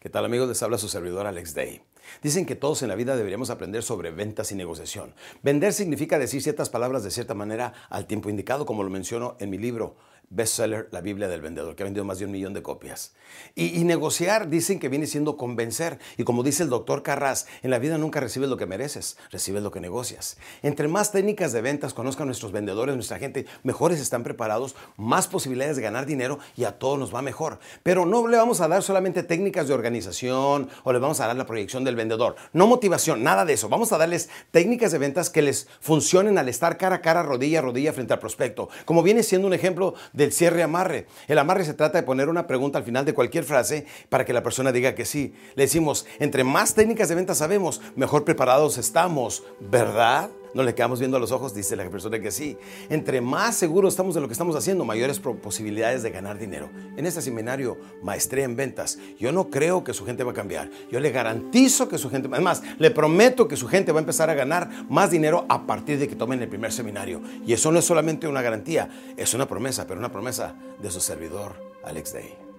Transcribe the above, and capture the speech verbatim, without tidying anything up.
¿Qué tal, amigos? Les habla su servidor Alex Day. Dicen que todos en la vida deberíamos aprender sobre ventas y negociación. Vender significa decir ciertas palabras de cierta manera al tiempo indicado, como lo menciono en mi libro bestseller, La Biblia del Vendedor, que ha vendido más de un millón de copias. Y, y negociar dicen que viene siendo convencer. Y como dice el doctor Carras, en la vida nunca recibes lo que mereces, recibes lo que negocias. Entre más técnicas de ventas conozcan nuestros vendedores, nuestra gente, mejores están preparados, más posibilidades de ganar dinero y a todos nos va mejor. Pero no le vamos a dar solamente técnicas de organización o le vamos a dar la proyección del vendedor. No motivación, nada de eso. Vamos a darles técnicas de ventas que les funcionen al estar cara a cara, rodilla a rodilla frente al prospecto. Como viene siendo un ejemplo del cierre-amarre. El amarre se trata de poner una pregunta al final de cualquier frase para que la persona diga que sí. Le decimos, entre más técnicas de ventas sabemos, mejor preparados estamos, ¿verdad? No le quedamos viendo a los ojos, dice la persona que sí. Entre más seguros estamos de lo que estamos haciendo, mayores posibilidades de ganar dinero. En este seminario, Maestría en Ventas, yo no creo que su gente va a cambiar. Yo le garantizo que su gente, además, le prometo que su gente va a empezar a ganar más dinero a partir de que tomen el primer seminario. Y eso no es solamente una garantía, es una promesa, pero una promesa de su servidor, Alex Day.